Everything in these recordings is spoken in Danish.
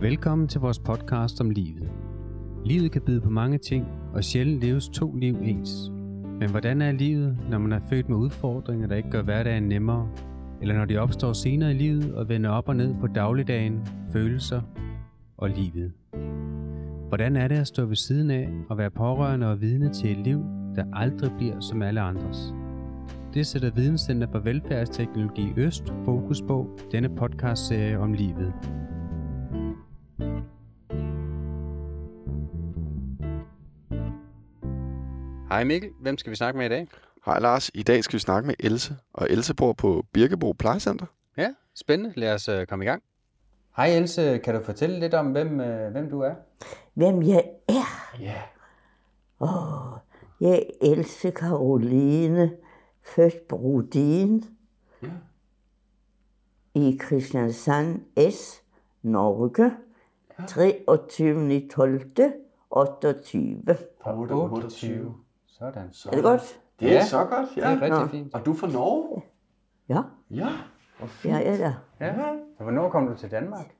Velkommen til vores podcast om livet. Livet kan byde på mange ting, og sjældent leves 2 liv ens. Men hvordan er livet, når man er født med udfordringer, der ikke gør hverdagen nemmere? Eller når de opstår senere i livet og vender op og ned på dagligdagen, følelser og livet? Hvordan er det at stå ved siden af og være pårørende og vidne til et liv, der aldrig bliver som alle andres? Det sætter Videnscenter for Velfærdsteknologi Øst fokus på denne podcastserie om livet. Hej Mikkel, hvem skal vi snakke med i dag? Hej Lars, i dag skal vi snakke med Else, og Else bor på Birkebo Plejecenter. Ja, spændende. Lad os komme i gang. Hej Else, kan du fortælle lidt om, hvem du er? Hvem jeg er? Ja. Jeg er Else Caroline, født Brodin i Kristiansand S, Norge, 23.12.28. 28. Sådan. Er det godt? Det er så godt, ja. Det er rigtig fint. Og du er fra Norge? Ja, Ja. Hvor fint. jeg er der. Ja. Så hvornår kom du til Danmark?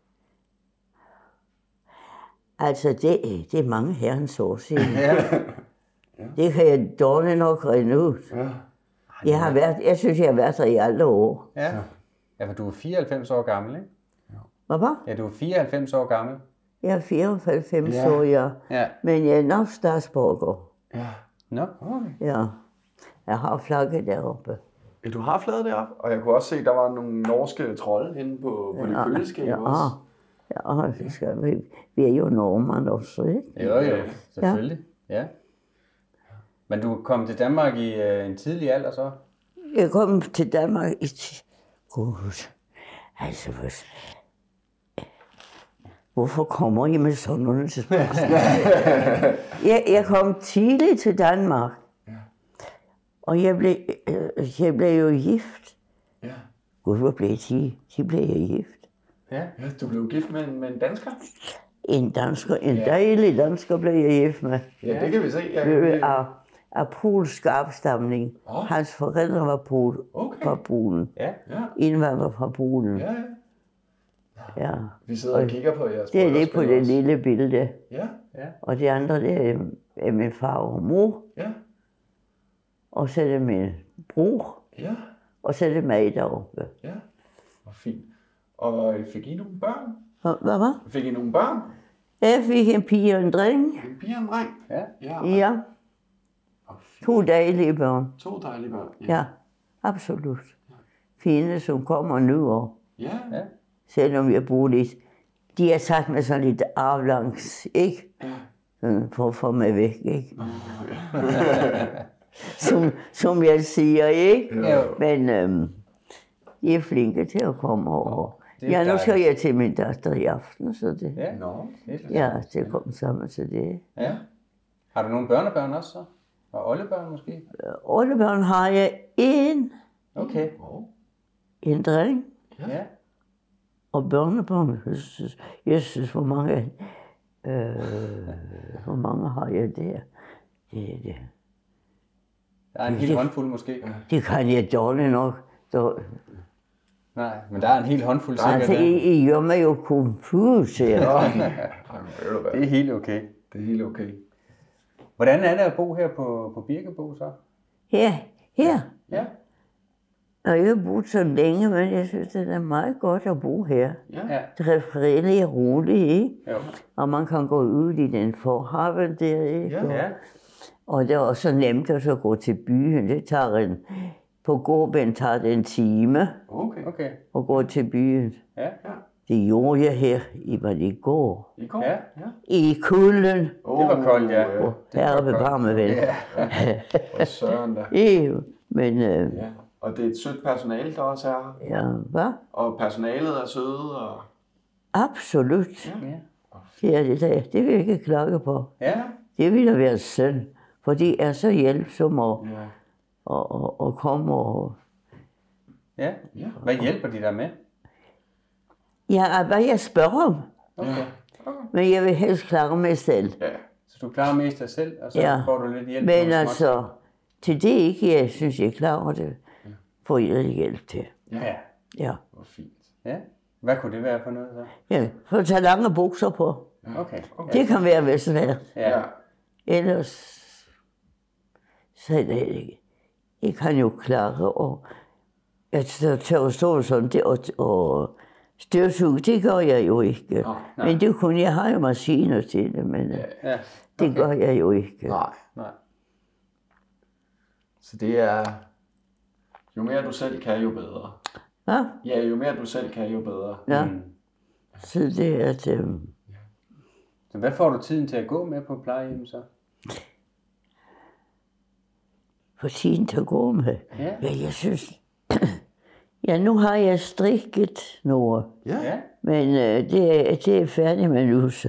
Altså, det er mange herrens år siden. Det kan jeg dårligt nok regne ud. Ja. Jeg synes, jeg har været der i alle år. Ja. Ja, for du er 94 år gammel, ikke? Hvad var? Ja, du er 94 år gammel. Jeg er 94 Ja. år, ja. Ja. Men jeg er nok statsborger. Ja. Nå, okay. Ja. Jeg har flagget deroppe. Ja, du har fladet deroppe, og jeg kunne også se, at der var nogle norske trolde inde på det køleskab også. Ja, det skal vi. Vi er jo nordmænd også, ikke? Jo, selvfølgelig. Ja. Men du kom til Danmark i en tidlig alder så? Jeg kom til Danmark i... Gud, altså... Hvorfor kommer I med sådan nogle spørgsmål? Jeg kom tidligt til Danmark. Og jeg blev jo gift. Ja. Gud, hvor blev de? De blev jeg gift. Ja. Ja, du blev gift med en dansker? En dejlig dansker blev jeg gift med. Ja, det kan vi se. Af polsk opstamning. Hans forældre var fra Polen. Ja. Indvandrer fra Polen. Ja. Ja. Vi sidder og kigger på jeres Det er det på bryllupsbillede det også. lille billede. Ja. Og det andre, det er min far og mor. Ja. Og så er det min bror. Ja. Og så er det mig deroppe. Ja. Hvor fint. Og fik I nogle børn? Hvad var? Fik I nogle børn? Jeg fik en pige og en dreng. En pige og en dreng? Ja. Ja. Og fint. 2 dejlige børn. 2 dejlige børn. Ja, absolut. Fine, som kommer nu. Og Ja. selvom jeg bor lidt. De har sagt mig sådan lidt aflangs, ikke? Sådan for at få mig væk, ikke? som jeg siger, ikke? Ja. Men de er flinke til at komme over. det er Ja, nu dejligt. skal jeg til min datter i aften, så det... Ja. Nå. Ja, det kom sammen til det. Ja. Har du nogle børnebørn også så? Og oldebørn måske? Oldebørn har jeg Okay. en dreng, Ja. og børnebørn, jeg synes hvor mange har jeg der? Det. Der er en hel håndfuld måske. Det kan jeg dårligt nok. Nej, men der er en hel håndfuld sikkert. Altså, I gør mig jo confus her. Det er helt okay. Det er helt okay. Hvordan er det at bo her på Birkebo så? Her. Ja. Og jeg har boet så længe, men jeg synes, det er meget godt at bo her. Ja. Det er fredeligt og roligt, ikke? Jo. Og man kan gå ud i den forhaven der, ikke? Ja. Og det er også nemt at så gå til byen. Det tager på gåben tager det en time Okay. at gå til byen. Ja. Det gjorde jeg her i går. I går? Ja. I kulden. Det var koldt, ja. Herre bevar mig vel. Og søren da. Men Ja. Og det er et sødt personale, der også er her. ja, hvad? Og personalet er søde. Og... Absolut. Ja. Det er det der. Det vil jeg ikke klage på. Ja. Det ville være synd, for de er så hjælpsomme og kommer og... Ja. Hvad hjælper de der med? Ja, hvad jeg spørger om. Okay. Men jeg vil helst klare mig selv. Ja. Så du klarer mest dig selv, og så får du lidt hjælp? Men altså, til det ikke, jeg synes, jeg klarer det, får jeg hjælp til. Ja. Ja. Hvor fint. Ja. Hvad kunne det være for noget så? Ja, for at tage lange bukser på. Okay. Det kan være besvært. Ja. Ellers så er det, jeg kan jo klare, og jeg tør stå sådan det, og støvsuge, det gør jeg jo ikke. Men det kunne jeg har jo maskiner til det, men det gør jeg jo ikke. Nej. Så det er, jo mere du selv kan, jo bedre. Ja? Ja, jo mere du selv kan, jo bedre. Ja. Så det er Så hvad får du tiden til at gå med på plejehjem så? for tiden til at gå med. Ja. Ja, jeg synes... Ja, nu har jeg strikket noget, Ja. men det er færdigt med nu. Så.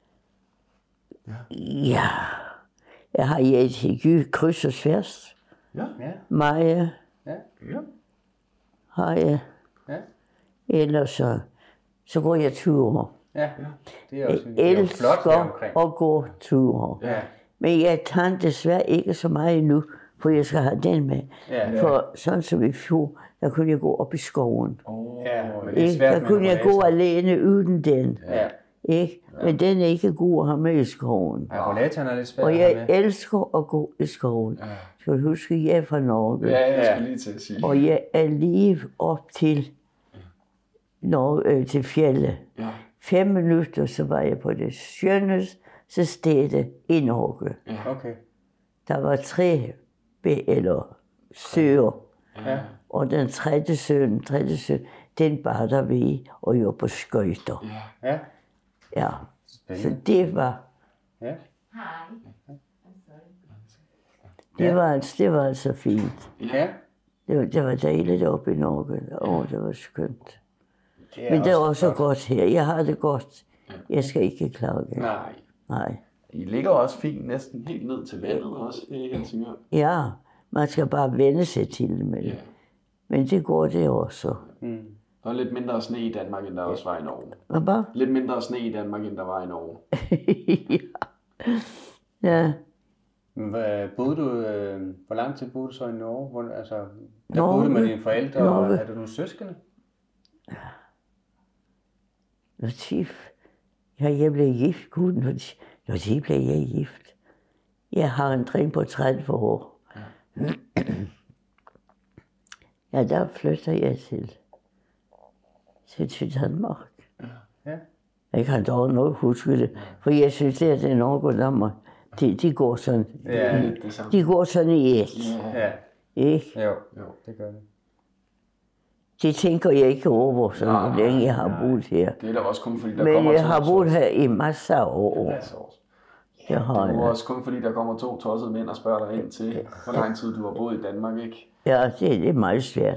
Ja. Jeg har et kryds og tværs. Ja. Maja Ja. har jeg. Ja. Ellers så går jeg ture. Ja. Det er også Jeg det er jo flot elsker deromkring. at gå ture. Ja. Men jeg tager desværre ikke så meget nu, for jeg skal have den med. Ja. For sådan som i fjor, der kunne jeg gå op i skoven. Ja, men det er svært Der med kunne jeg gå rollator. alene uden den. Ja. Ikke? Men den er ikke god at have med i skoven. Ja, rollatoren er lidt svært Og at have jeg med. elsker at gå i skoven. Skal du huske, jeg er fra Norge. Ja, jeg skulle lige til at sige. Og jeg er lige op til, til fjellet. Ja. 5 minutter, så var jeg på det skønneste sted i Norge. Okay. Der var 3 eller søer. Ja. Og den tredje sø, den bader vi i, og jeg var på skøjter. Ja. Ja. Så Spændende. det var, Ja. det var altså fint. Ja. Det var dejligt oppe i Norge. Det var skønt. Det Men det er også godt her. Jeg har det godt. Jeg skal ikke klage. Nej. Nej. I ligger også fint næsten helt ned til vandet også i Helsingør. Ja, man skal bare vende sig til det. Men det går det også. Der er lidt mindre sne i Danmark, end der også var i Norge. Hvad bare? Lidt mindre sne i Danmark, end der var i Norge. Ja. Boede du, hvor lang tid boede du så i Norge? Der Norge. boede du med dine forældre, og Norge. havde du nogle søskende? Jeg blev gift. Gud, når de blev jeg gift. Jeg har en dreng på 30 år. Ja, der flytter jeg til Danmark. Ja. Jeg kan dog nok huske det, for jeg synes, det er Norge og Danmark. De går sådan, Ja. de går sådan i et. Ja. Ikke? Jo, det gør det. Det tænker jeg ikke over, hvor længe jeg har boet her. Det er da også kun fordi, der Men kommer jeg to har boet her i masser af år. Det har Det er jeg. også kun fordi, der kommer 2 tossede mænd og spørger dig ind til, hvor lang tid du har boet i Danmark, ikke? Ja, det er meget svært.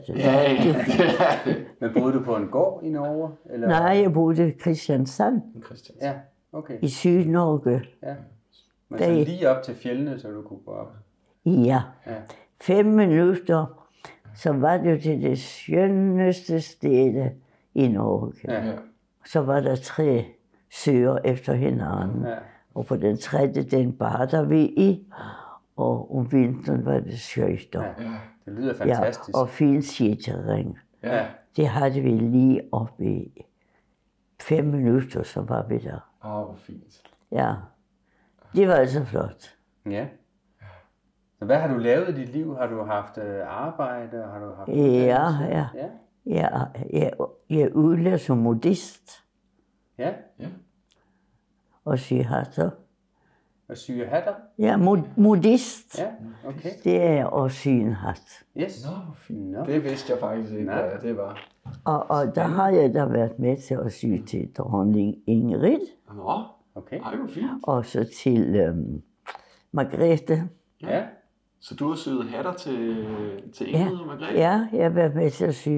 Men boede du på en gård i Norge? Eller? Nej, jeg boede i Kristiansand Christian. Ja, okay. i Syd-Norge. Ja. Men så lige op til fjellene, så du kunne gå op. Ja. Ja. 5 minutter, så var det til det skønneste sted i Norge. Ja. Så var der 3 søer efter hinanden. Ja. Og på den tredje, den bader vi i. Og om vinteren var det skøjter. Ja. Det lyder fantastisk. Ja, og fin skiterræn. Ja. Det havde vi lige oppe i 5 minutter, så var vi der. Hvor fint. Ja, det var altså flot. Ja. Så hvad har du lavet i dit liv? Har du haft arbejde? Har du haft Ja, uddannelse? ja. Jeg er udlært som modist Ja. og syge hatter. Og syge hatter? Ja, modist. Ja, okay. Det er at sy en hat. Yes. Hvor fint. Nå. Det vidste jeg faktisk ikke, Nej. hvad det var. Og der har jeg da været med til at sy til dronning Ingrid, Nå, Okay. hvor fint. og så til Margrethe. Ja. Så du har syet hatter til Ingrid og Margrethe? Ja, jeg har været med til at sy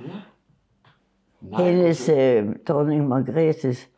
Nej, hendes dronning Margrethes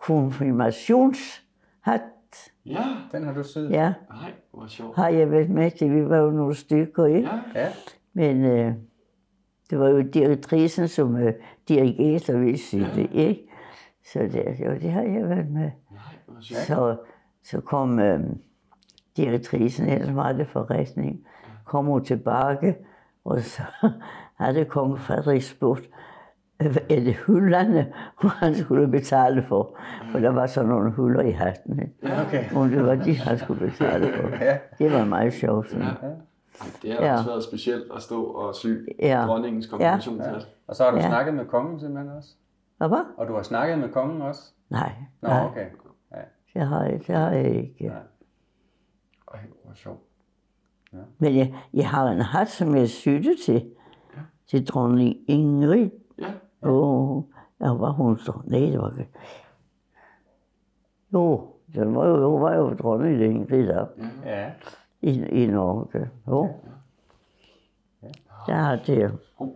konfirmationshat. Ja, Den har du syet? Ja, nej, hvor sjovt. har jeg været med til. Vi var jo nogle stykker, ikke? Ja, Ja. Men det var jo direktrisen, som dirigerede og ville sy det, ikke? Så det har jeg været med. nej, hvor sjovt. Så kom direktrisen, ellers var det forretning, kom hun tilbage, og så havde kong Frederik spurgt, eller hullerne, hvor han skulle betale for. For der var sådan nogle huller i hatten. Okay. Og det var de, han skulle betale for. Det var meget sjovt. Sådan. Det har også været specielt at stå og sy dronningens kombinationshat. Og så har du snakket med kongen simpelthen også? Hvad? Og du har snakket med kongen også? Nej. Nå, okay. Ja. Det har jeg ikke. Nej. Ej, hvor sjovt. Ja. Men jeg har en hat, som jeg syede til dronning Ingrid. Ja. Og var hun så? Nej, det var ikke. Jo, den var jo dronning Ingrid der. Ja. I Norge. Jo. Der har det.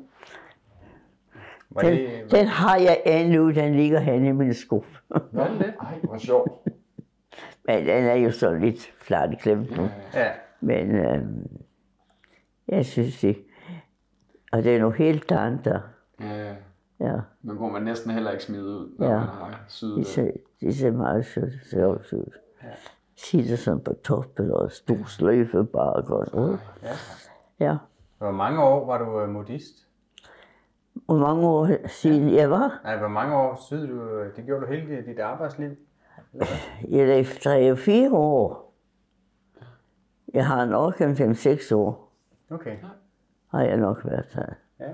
Den har jeg endnu, den ligger henne i min skuffe. Ej, hvor sjovt. Men den er jo så lidt flatklemt nu. Ja. Men jeg synes det. Og det er noget helt andet. Ja. Men kunne man næsten heller ikke smide ud, når man har syet det. Det ser meget sjovt ud. Sitter sådan på toppen og stor sløjfe bare godt. Ja. Hvor mange år var du modist? Hvor mange år siden jeg var? Nej, hvor mange år syede du? Det gjorde du hele dit arbejdsliv? Jeg er 3-4 år. Jeg har nok 5-6 år. Okay. Har jeg nok været her. Ja.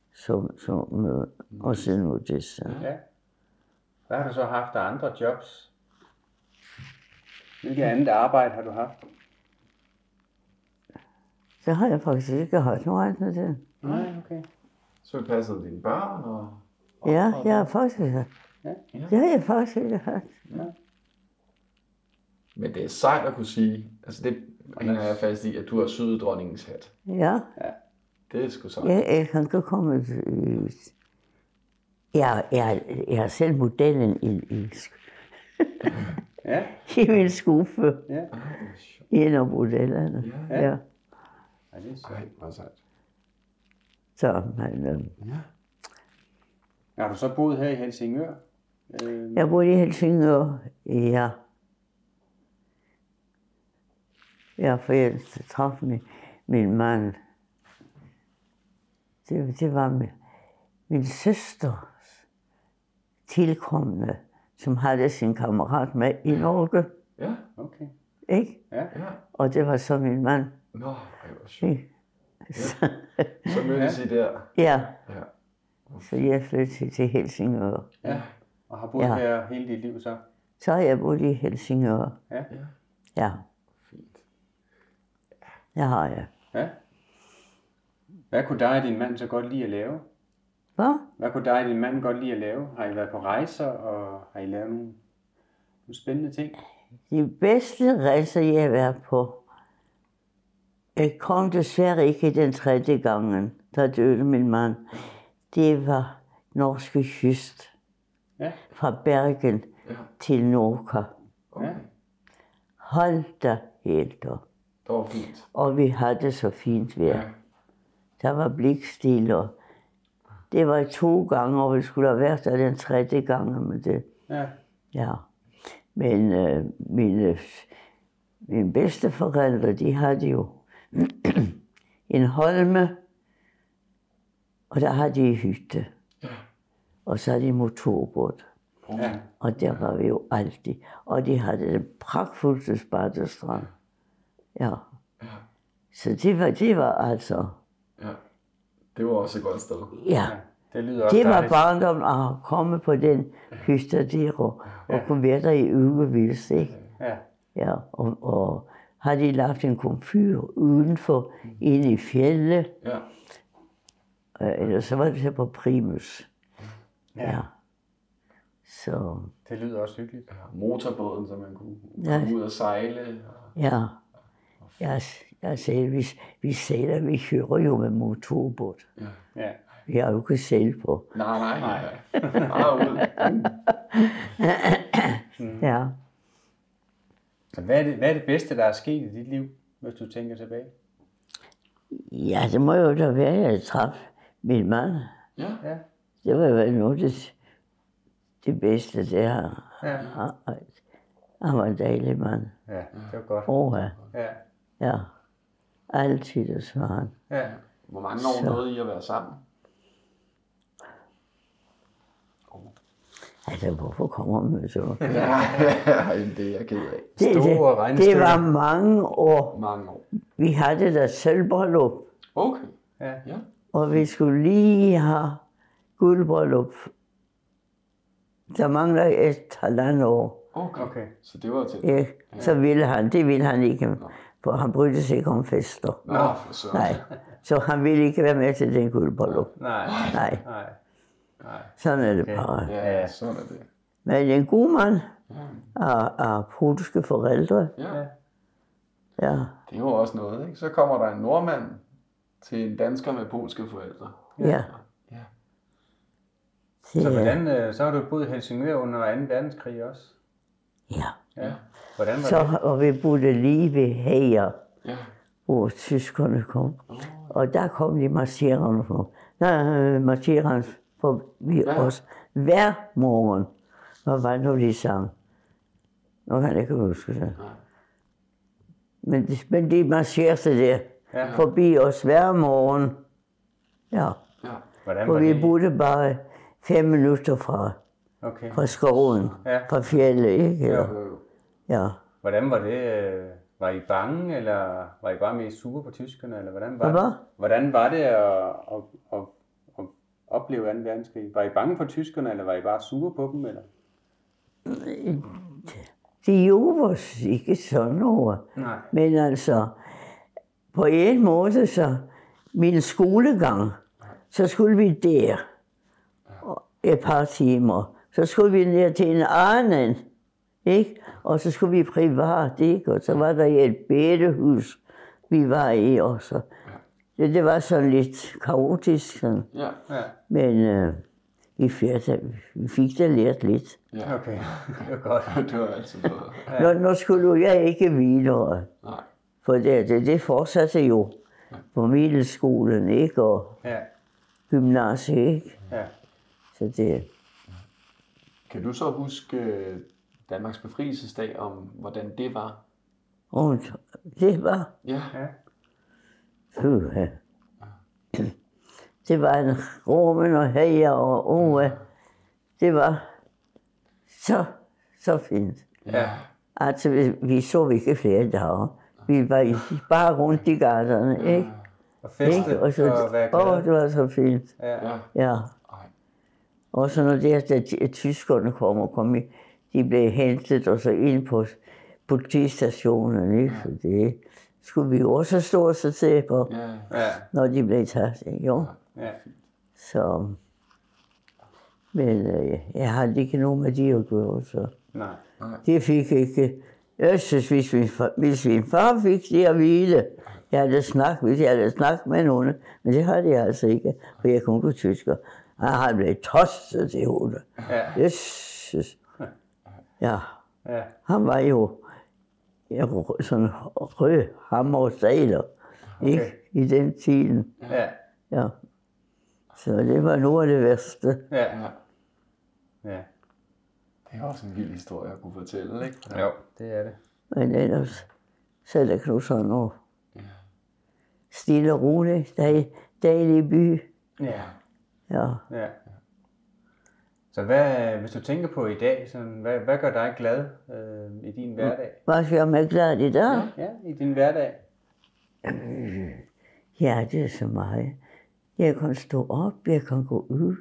Og siden modist. Ja. Hvad har du så haft af andre jobs? Hvilket andet arbejde har du haft? Det har jeg faktisk ikke haft noget andet til. Nej, okay. Så passede dine børn og... Ja, jeg har faktisk haft. Det har jeg faktisk ikke haft. Ja. Men det er sejt at kunne sige, altså det hænger jeg fast i, at du har syet dronningens hat. Ja. Det er sgu sejt. Jeg kan ikke komme ud. Jeg har selv modellen i min skuffe. Ja. En af modellerne. Ja. Ja, det er så. Ej, hvor sejt. Så, men, Har du så boet her i Helsingør? jeg boede i Helsingør, ja. Ja, for jeg traf min mand. Det var min søsters tilkommende, som havde sin kammerat med i Norge. Ja. Okay. Ikke? Ja. Og det var så min mand. Nå, ej, hvor sjovt. Så mødtes I der. Ja. Så jeg flyttede til Helsingør. Ja. Og har boet her hele dit liv så? Så har jeg boet i Helsingør. Ja. Ja. Fint. Det har jeg. Ja. Hvad kunne dig og din mand så godt lide at lave? Hvad? Hvad kunne dig og din mand godt lide at lave? Har I været på rejser, og har I lavet nogle spændende ting? De bedste rejser, jeg har været på, jeg kom desværre ikke den 3. gangen, der døde min mand. Det var norske kyst. Ja. Fra Bergen til Norge. Okay. Hold da helt op. Det var fint. Og vi havde det så fint vejr. Der var blikstil, og det var 2 gange, og vi skulle have været der den 3. gang med det. Ja. Ja. Men mine bedsteforældre, de havde jo en holme, og der havde de hytte. Og så havde de motorbåd. Ja. Og der var vi jo altid. Og de havde den pragtfuldste Spartestrand. Ja. Så det var altså... Ja. Det var også et godt sted. Ja. Det lyder også Det var dejligt. barndom at komme på den hytte der og kunne være der i ugevis, ikke? Ja. Ja, og har de lagt en komfyr udenfor, inde i fjellet. Ja. Eller så var det så på Primus. Ja. Så, Det lyder også hyggeligt. Motorbåden, så man kunne komme ud og sejle. ja. Jeg sagde, vi sejler, vi kører jo med motorbåd. Ja. Vi har jo ikke sejl på. Nej. Bare ud. Ja. Så hvad er det bedste, der er sket i dit liv, hvis du tænker tilbage? Ja, det må jo da være, at jeg traf min mand. Ja. Det var jo noget det bedste, det her. Ja. Han var en dejlig mand. Ja, det var godt. Åh, Ja. ja. Altid, så han. Ja. Hvor mange år nåede I at være sammen? Altså, hvorfor kommer man så? Ja, det er jeg ked af. Store regnestykker. Det var mange år. Mange år. Vi havde da sølvbryllup, Okay. Ja. Ja. og vi skulle lige have guldbryllup. Der mangler et halvandet år. Okay. Så det var til. Ja, så det ville han ikke, for han brydte sig ikke om fester. Nå, for søren. Nej, så han ville ikke være med til den guldbryllup. Nej. Nej, Nej. sådan er det bare. Ja, sådan er det. Men en god mand af polske forældre, Ja. ja. Det er jo også noget, ikke? Så kommer der en nordmand til en dansker med polske forældre. Ja. Ja. Så hvordan, så har du boet i Helsingør under 2. verdenskrig også? Ja. Ja. Hvordan var Så, det? og vi boede lige ved Hager, Ja. hvor tyskerne kom. Og der kom de marcherende forbi os hver morgen. Hvad var det nu, de sang? Nu kan jeg ikke huske det. Men de marcherede der forbi os hver morgen. Ja. Hvordan Og var vi det? boede bare 5 minutter fra skoven, fra fjellet, ikke? Ja. Ja. Hvordan var det? Var I bange, eller var I bare mest sure på tyskerne, eller hvordan var Hvad? det? Hvordan var det at opleve 2. verdenskrig? Var I bange for tyskerne, eller var I bare sure på dem, eller? Det gjorde os ikke sådan noget. Nej. Men altså, på en måde, så min skolegang, så skulle vi der et par timer. Så skulle vi ned til en anden, ikke? Og så skulle vi privat, ikke? Og så var der et bedehus, vi var i også. Det var sådan lidt kaotisk, sådan. Ja. Men vi fik da lært lidt. Ja. Okay, det var godt. Det var altid noget. Nu skulle jeg ikke videre. Nej. For det fortsatte jo på middelskolen, ikke? Og Ja. gymnasiet, ikke? Ja. Så det... Kan du så huske Danmarks befrielsesdag, om hvordan det var? Og det var... Ja. Puha. Det var en Romen og Hager og det var så fint. Ja. Altså, vi så ikke flere dage. Vi var bare rundt i gaterne, ikke? Og feste Og så, og være glad. det var så fint. Ja. Ja. Og så når da tyskerne kom, de blev hentet og så ind på politistationen, ikke? Så det skulle vi også stå og se på, når de blev taget, jo. Ja. Så, men jeg havde ikke nogen med de at gøre, så Nej. de fik ikke. Jeg synes, hvis min far fik det at vide, jeg havde snakket med nogen, men det havde jeg altså ikke, for jeg kunne ikke tysker. Han blev tosset i hovedet. Ja. Jesus. Ja. Ja. Han var jo sådan rød hammersaler, ikke? I den tiden. Ja. Ja. Så det var noget af det værste. Ja. Ja. Det er også en vild historie at kunne fortælle, ikke? Jo, det er det. Men ellers, så er der knusser noget. Stille og roligt, dejlig by. Ja. Ja. Ja. Så hvis du tænker på i dag, sådan, hvad gør dig glad i din hverdag? Hvad gør mig glad i dag? Ja, i din hverdag. Ja, det er så meget. Jeg kan stå op, jeg kan gå ud.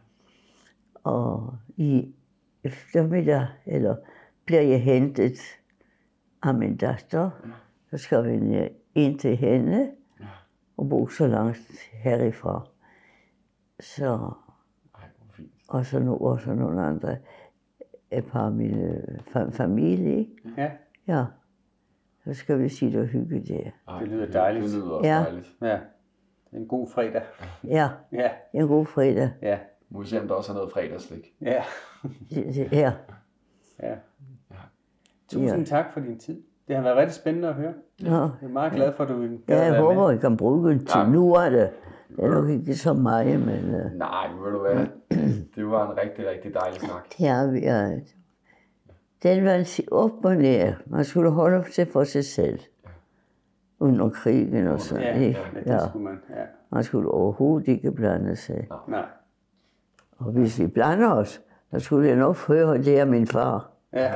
Og i eftermiddag, eller bliver jeg hentet af min datter, så skal vi ind til hende og bo så langt herifra. Så, og så nogle andre, et par af mine familie. Ja. Ja, så skal vi sige og hygge der. Det lyder dejligt. Det lyder også dejligt. Ja. Det er en god fredag. Ja, Ja. en god fredag. Ja. Museet også har noget fredagslik. Ja. Ja. Ja. Tusind tak for din tid. Det har været rigtig spændende at høre. Ja. Jeg er meget glad for, at du vil Ja, jeg være håber, med. I kan bruge det til nu er det. Det er nok ikke så meget, men Nej, ved du hvad? Det var en rigtig, rigtig dejlig snak. ja, den var op og ned. Man skulle holde sig for sig selv. Under krigen og sådan. Ja, Ikke? det skulle man. Ja. Man skulle overhovedet ikke blande sig. Nej. Og hvis vi blander os, Så skulle jeg nok høre det af min far. Ja.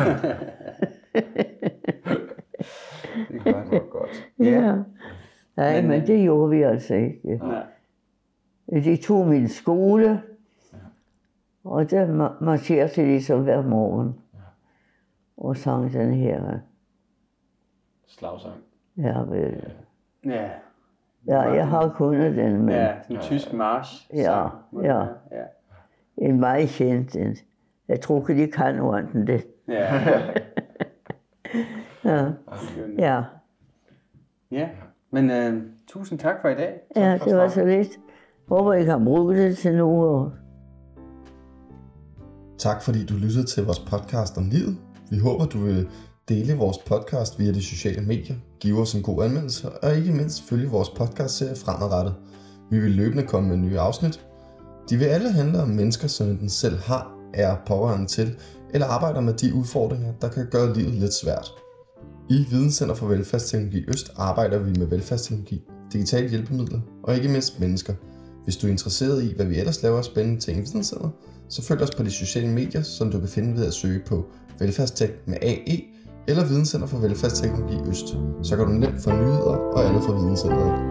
Det kunne han nok godt. Ja. Nej, men det gjorde vi altså ikke. Nej. De tog min skole, og der marcherede de så hver morgen og sang den her. Slagsang. Ja, vel. Ja. Ja, jeg har kunnet den, men Ja, en tysk march. Ja. En meget kendt en. Jeg tror ikke, de kan ordentligt det. Ja. Ja. Ja, men tusind tak for i dag. Ja, det var så lidt. Håber, I kan bruge det til noget. Tak fordi du lyttede til vores podcast om livet. Vi håber, du vil dele vores podcast via de sociale medier, give os en god anmeldelse og ikke mindst følge vores podcastserie fremadrettet. Vi vil løbende komme med nye afsnit. De vil alle handle om mennesker, som enten selv har, er pårørende til eller arbejder med de udfordringer, der kan gøre livet lidt svært. I Videnscenter for Velfærdsteknologi Øst arbejder vi med velfærdsteknologi, digitale hjælpemidler og ikke mindst mennesker. Hvis du er interesseret i, hvad vi ellers laver af spændende ting i Videnscenter, så følg os på de sociale medier, som du kan finde ved at søge på Velfærdstek med AE eller Videnscenter for Velfærdsteknologi Øst. Så kan du nemt få nyheder og andet fra Videnscenteret.